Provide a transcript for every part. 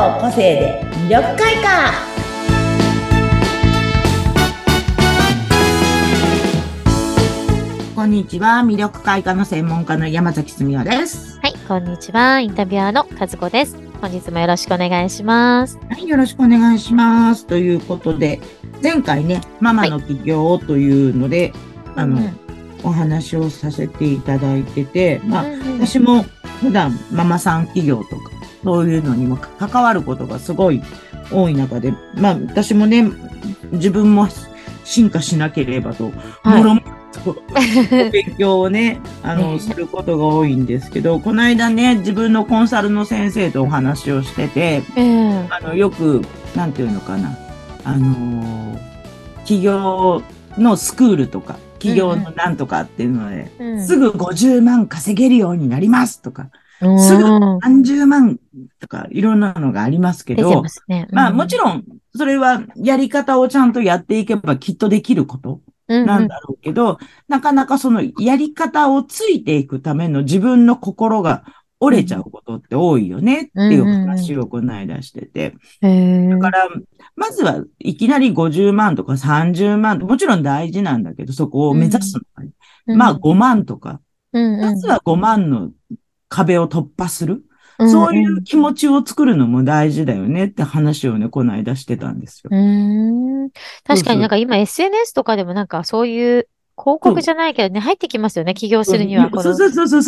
の個性で魅力開花。こんにちは、魅力開花の専門家の山崎澄夫です。 はい、こんにちは、インタビュアーの和子です。本日もよろしくお願いします。 はい、よろしくお願いします。ということで、前回ね、ママの起業というので、お話をさせていただいてて、私も普段ママさん企業とか、そういうのにも関わることがすごい多い中で、私もね、自分も進化しなければと、もろもろと勉強をね、することが多いんですけど、この間ね、自分のコンサルの先生とお話をしてて、よく、なんていうのかな、企業のスクールとか、企業のなんとかっていうので、すぐ50万稼げるようになりますとか、すぐ30万とかいろんなのがありますけど、もちろんそれはやり方をちゃんとやっていけばきっとできることなんだろうけど、なかなかそのやり方をついていくための自分の心が折れちゃうことって多いよねっていう話をこの間してて。だから、まずはいきなり50万とか30万ともちろん大事なんだけど、そこを目指すのが、5万とか、まずは5万の壁を突破する。そういう気持ちを作るのも大事だよねって話をね、この間してたんですよ。 確かになんか今 SNS とかでもなんかそういう広告じゃないけどね、入ってきますよね、起業するには。 そう、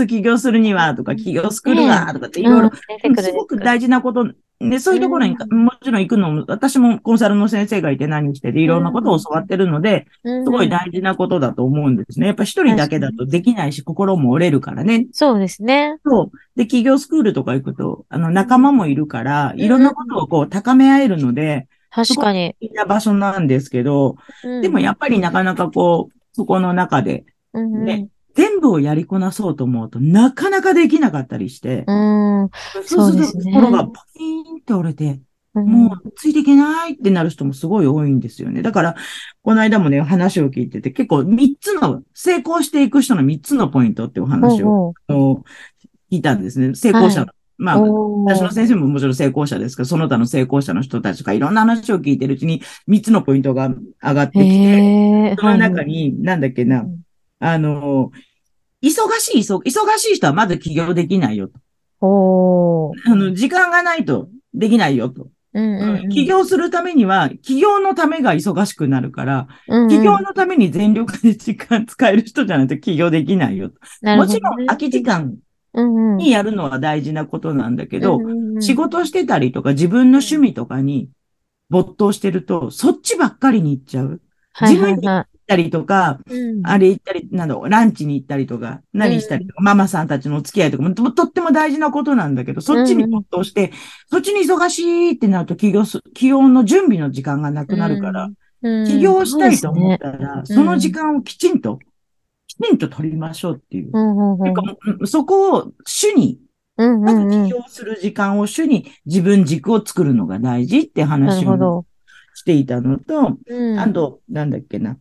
起業するにはとか、起業スクールはとかっていろいろ、すごく大事なこと、ね、そういうところにもちろん行くのも、私もコンサルの先生がいて何してていろんなことを教わってるので、すごい大事なことだと思うんですね。やっぱ一人だけだとできないし、心も折れるからね。 そうですね。 そう。で、起業スクールとか行くと、仲間もいるから、いろんなことをこう高め合えるので、 確かに。 いいな場所なんですけど、でもやっぱりなかなかこう、そこの中で、ね、全部をやりこなそうと思うとなかなかできなかったりして、そうすると心がパキーンと折れて、もうついていけないってなる人もすごい多いんですよね。だから、この間もね、話を聞いてて、結構成功していく人の3つのポイントってお話を聞いたんですね。成功者の。私の先生ももちろん成功者ですけど、その他の成功者の人たちとかいろんな話を聞いてるうちに3つのポイントが上がってきて、その中に、なんだっけな、忙しい人はまず起業できないよと。時間がないとできないよと。起業するためには、起業のためが忙しくなるから、起業のために全力で時間使える人じゃないと起業できないよと。もちろん空き時間にやるのは大事なことなんだけど、仕事してたりとか自分の趣味とかに没頭してると、そっちばっかりに行っちゃう。自分に行ったりとか、あれ行ったり、ランチに行ったりとか、何したりとか、ママさんたちのお付き合いとかもとっても大事なことなんだけど、そっちに没頭して、そっちに忙しいってなると起業の準備の時間がなくなるから、起業したいと思ったら、その時間をきちんと取りましょうっていう。そこを主に、まず起業する時間を主に自分軸を作るのが大事って話をしていたのと、あと、なんだっけな。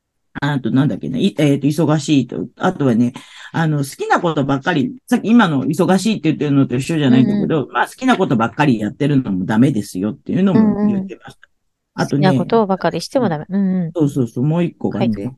忙しいと。あとはね、好きなことばっかり、さっき今の忙しいって言ってるのと一緒じゃないんだけど、好きなことばっかりやってるのもダメですよっていうのも言ってました。あとね。 好きなことばかりしてもダメ。 そう、もう一個がね、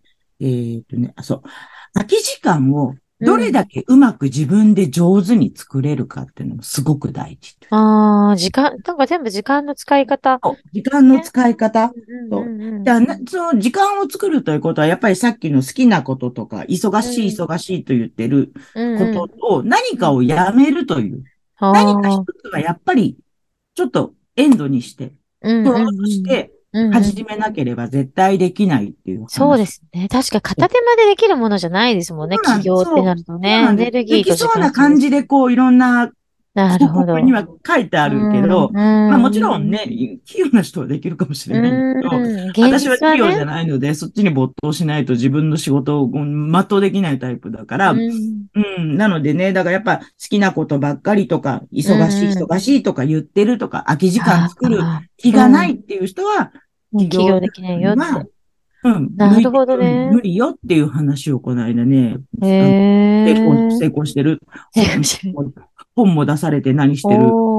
空き時間をどれだけうまく自分で上手に作れるかっていうのもすごく大事。 なんか全部時間の使い方。 時間の使い方。その時間を作るということは、やっぱりさっきの好きなこととか、忙しいと言ってることを何かをやめるという。何か一つはやっぱり、ちょっとエンドにして、クローズして、始めなければ絶対できないっていう話。 そうですね。確か片手間でできるものじゃないですもんね。起業ってなるとね。エネルギーと時間。 できそうな感じでこういろんな広告には書いてあるけど、もちろんね、器用な人はできるかもしれないけど、私は器用じゃないので、そっちに没頭しないと自分の仕事を全うできないタイプだから、なのでね、だからやっぱ好きなことばっかりとか、忙しいとか言ってるとか、空き時間作る気がないっていう人は、 起業できないよって。 なるほどね。無理よっていう話をこの間ね、成功してる。本も出されて何してる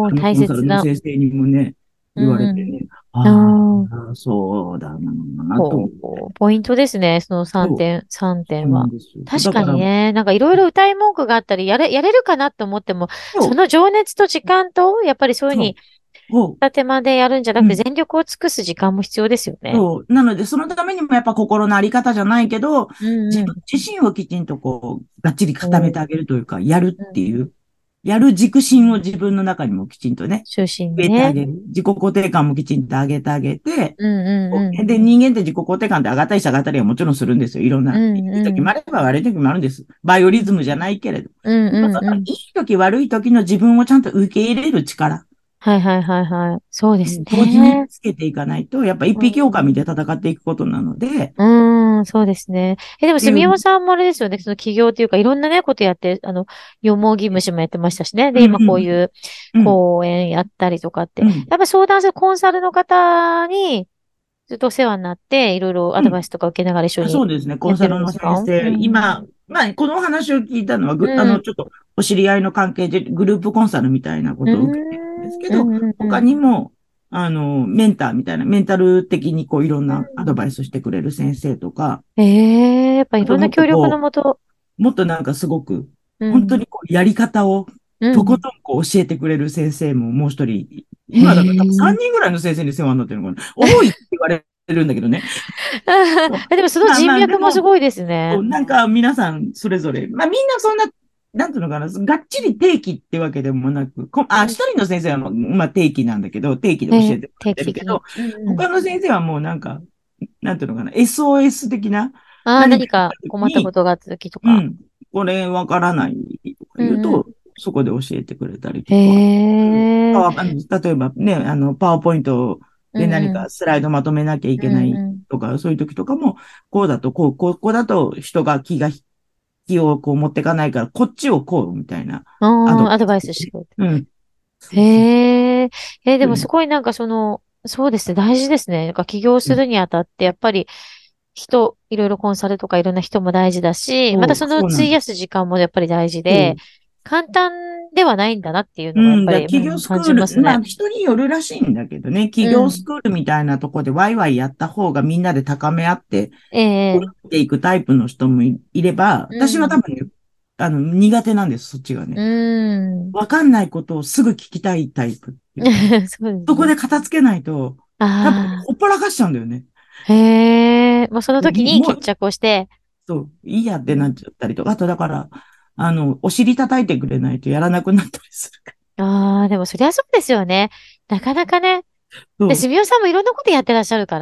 おー、大コンサル切な。 の先生にもね、言われてうん。 ね、 あああ、 あ、そうだなと思って。 ポイントですね。その3 そう、 点、3点は。 そうなんですよ。 確だから、 かにね、なんかいろいろ歌い文句があったり、やれるかなと思っても、 そう、 その情熱と時間と、やっぱりそういうふうそう、 に、 そ片手間でやるんじゃなう、 くて、 うん。 全力を尽くす時間も必要ですよね。 そう。なので、そのためにもやっぱ心のあり方じゃないけど、 うんうん。 自分自身をきちんとこう、がっちり固めおーてあげるというか、やるっうんていう、やる軸心を自分の中にもきちんとね、 中心にね。 植えてあげる。自己肯定感もきちんと上げてあげて、 うんうんうん。 で、人間って自己肯定感って上がったり下がったりはもちろんするんですよ。いろんな、いうんい時うん。 もあれば悪い時もあるんです。バイオうんリズムじゃないけれど。 うんでもそうんうん。 のいい時悪い時の自分をちゃんと受け入れる力。 はいはいはいはい。そうです同時にね。 つけていかないと、やっぱ一う匹狼でん戦っていくことなので、っそうですね。でも、 ていう、 住山さんもあれですよね。その起業っていうか、いろんなね、ことやって、よもぎ虫もやってましたしね。で、 うん今こういううん、 講演やったりとかって。 うん、 やっぱり相談するコンサルの方に、ずっとお世話になって、いろいろアうん。 ドバイスとか受けながら一緒あ、そにうですね。コやってンサルのるんですか？ 先生、 うん。 今、まあ、このお話を聞いたのは、 うん。 ちょっとお知り合いの関係でグループコンサルみたいなこうとを受けてるんですん。 けど、 うん。う他ん。 にも、メンターみたいな、メンタル的にこういろんうなアドバん。 イスしてくれる先生とか、 ええやっぱいあともっとろんな協力のこもと。 もっとなんかすごく、 うん。 本当にこうやり方をとこうん。 とんこう教えてくれる先生ももう一人、 へ今だから多分え。 3人ぐらいの先生に世話になってるのかな。多いって言われるんだけどね。 でもそのまあまあ、で人脈もすも、 ごいですね。 なんか皆さんそれぞれ、まあみんなそんな、なんていうのかな、がっちり定期ってわけでもなく、一人の先生はまあ定期なんだけど、定期で教えてもらっ定期的に。 てるけど、 うんうん。 他の先生はもうなんか、なんていうのかな、SOS 的なああ、 何かあった何か困ったこ時に、 とがあった時とか。 うん。これわからないとかうんうん。 言うと、そこで教えてくれたりとへか。うん。 え。 例えばね、パワーポイントで何うんうん。 かスライドまとめなきゃいうけないんうん。 とか、そういう時とかも、こうだと、こうだと人が気をこう持ってかないから、こっちをこうみたいなアドバイアドバイスしてスね。 くれて。 うん。そうそう。 へえ。でもすでね。 ごいなんかそうですね、大事ですね。なんか起業うん。 するにあたって、やっぱりいろいろコンサルとかいろんな人も大事だし、またそのそうなんです。 費やす時間もやっぱり大事で、 そう。 簡単ではないんだなっていううん、 のがやっぱり、 企業スク感じール、まあますね。 人によるらしいんだけどね、企業スうん。 クールみたいなところでワイワイやった方がみんなで高め合って、 ええ、 っていくタイプの人もいれば、 うん。 私は多分ね、苦手なんです、そっちがうね。 ん。 わかんないことをすぐ聞きたいタイプっていうか、 そうですね。 そこで片付けないと、多分あほっぽらかしちゃうんだよね。 あ。へえ。もうその時に決もう、 着をして、 そう、いいやっうん。 てなっちゃったりとか、あとだから、お尻叩いてくれないとやらなくなったりするから。 ああ、でもそりゃそうですよね。なかなかね。で、 そすみおさんもいろんなことやってらっしゃるから、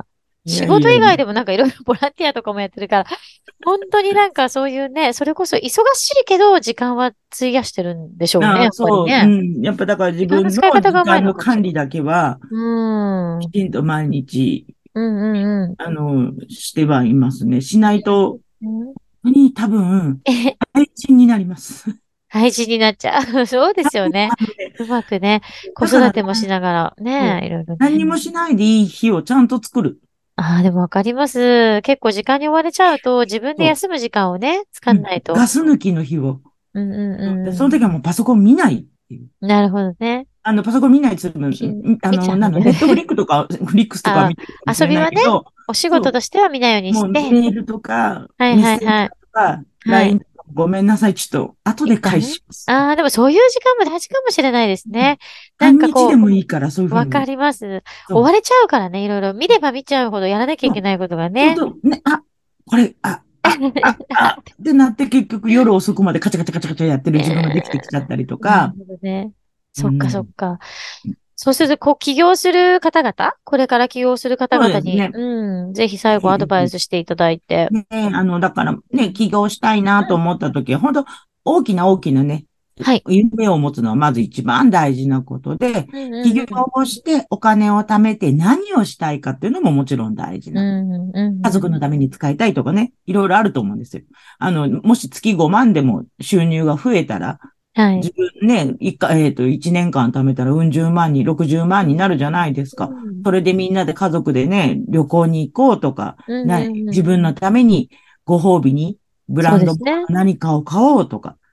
う。い仕やいやいや。 事以外でもなんかいろいろボランティアとかもやってるから、本当になんかそういうね、それこそ忙しいけど時間は費やしてるんでしょうね、 ああ、 やっぱりそう、うね。 ん。やっぱだから自時間の分の使い方がうまい時間ののかもしれない。 管理だけは、 うーん。うんきちんと毎日、 うんうん。 してはいますね。しないと、 うん本当に多分、 え、 配信になります。 廃止になっちゃう。そうですよね。 あのね、 うまくね、子だから、 育てもしながらね、いろいろね。 何にもしないでいい日をちゃんと作る。 ああ、でもわかります。結構時間に追われちゃうと、自分でそ休む時間をね、 う。うん。 使んないと。 ガス抜きの日を。 うんうんで、 うんうその時はもうパソコン見ないっていう。 ん。なるほどね。 パソコン見ないつも、 見ちゃうネットフね。 リックとか、フリックスとかあ見てるかもあ、 しれ遊びはね、 ないけど、 お仕そう。 事としては見ないようにもうして。 メールとか、 はいメッセージはいはい。 とか、 はい。 LINE とか、ごめんなさい。ちょっと、後で返一旦。 します。 ああ、でもそういう時間も大事かもしれないですね。なん半日でかこもいいから、そういうう、わかふうに。 ります。 そう。 追われちゃうからね、いろいろ。見れば見ちゃうほどやらなきゃいそう。 けないことがね。 そうと、ね、これ、ってなって結局夜遅くまでカチャカチャカチャカチャやってる自分ができてきちゃったりとなるか、 ほどね。そっかそっうん。 か。そうすると、こう、起業する方々、これから起業する方そう 々に、 ですね。 ぜひ最後アドバイスしていただいて。 ね、だからね、 うん。 起業したいなとうん。 思った時は、本当大きな大きなね、 はい。 夢を持つのはまず一番大事なことで、 うんう起業んうん。 をしてお金を貯めて何をしたいかっていうのももちろん大事なの。 うんうんうん家族のために使いたいとかね、いろいろあると思うんですよ。もし月5万でも収入が増えたら、 はい。 自分ね、1年間貯めたらうん十万に、60万になるじゃないですか。 うんそれでみんなで家族でね、旅行に行こうとか、 うんうんうん。 自分のためにご褒美にブそうランドですね。 何かを買おうとか、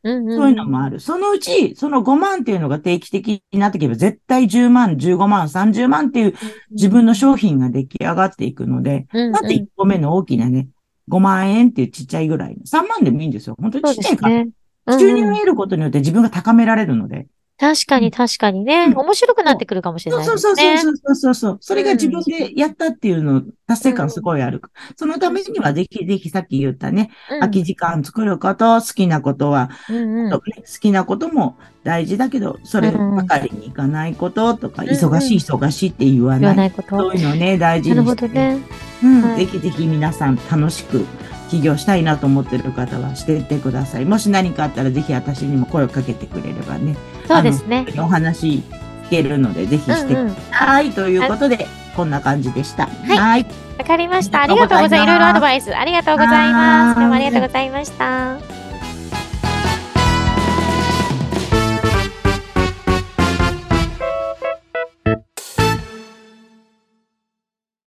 そういうのもある。そのうち、その5万っていうのが定期的になっていけば、絶対10万、15万、30万っていう自分の商品が出来上がっていくので、なんで1個目の大きなね、5万円っていうちっちゃいぐらい。3万でもいいんですよ。本当にちっちゃいから。収入を得ることによって自分が高められるので。 確かに確かにね。面白くなってくるかもしれないですね。 そう。それが自分でやったっていうの、達成感すごいある。そのためにはぜひぜひさっき言ったね、空き時間作ること、好きなことは、好きなことも大事だけど、そればかりにいかないこととか、忙しいって言わない。そういうのをね、大事にして。ぜひぜひ皆さん楽しく起業したいなと思ってる方はしていってください。もし何かあったらぜひ私にも声をかけてくれればね。 そうですね。 お話聞けるので、ぜひしてください。ということで、こんな感じでした。 はい。わかりました。ありがとうございます。いろいろアドバイスありがとうございます。どうもありがとうございました。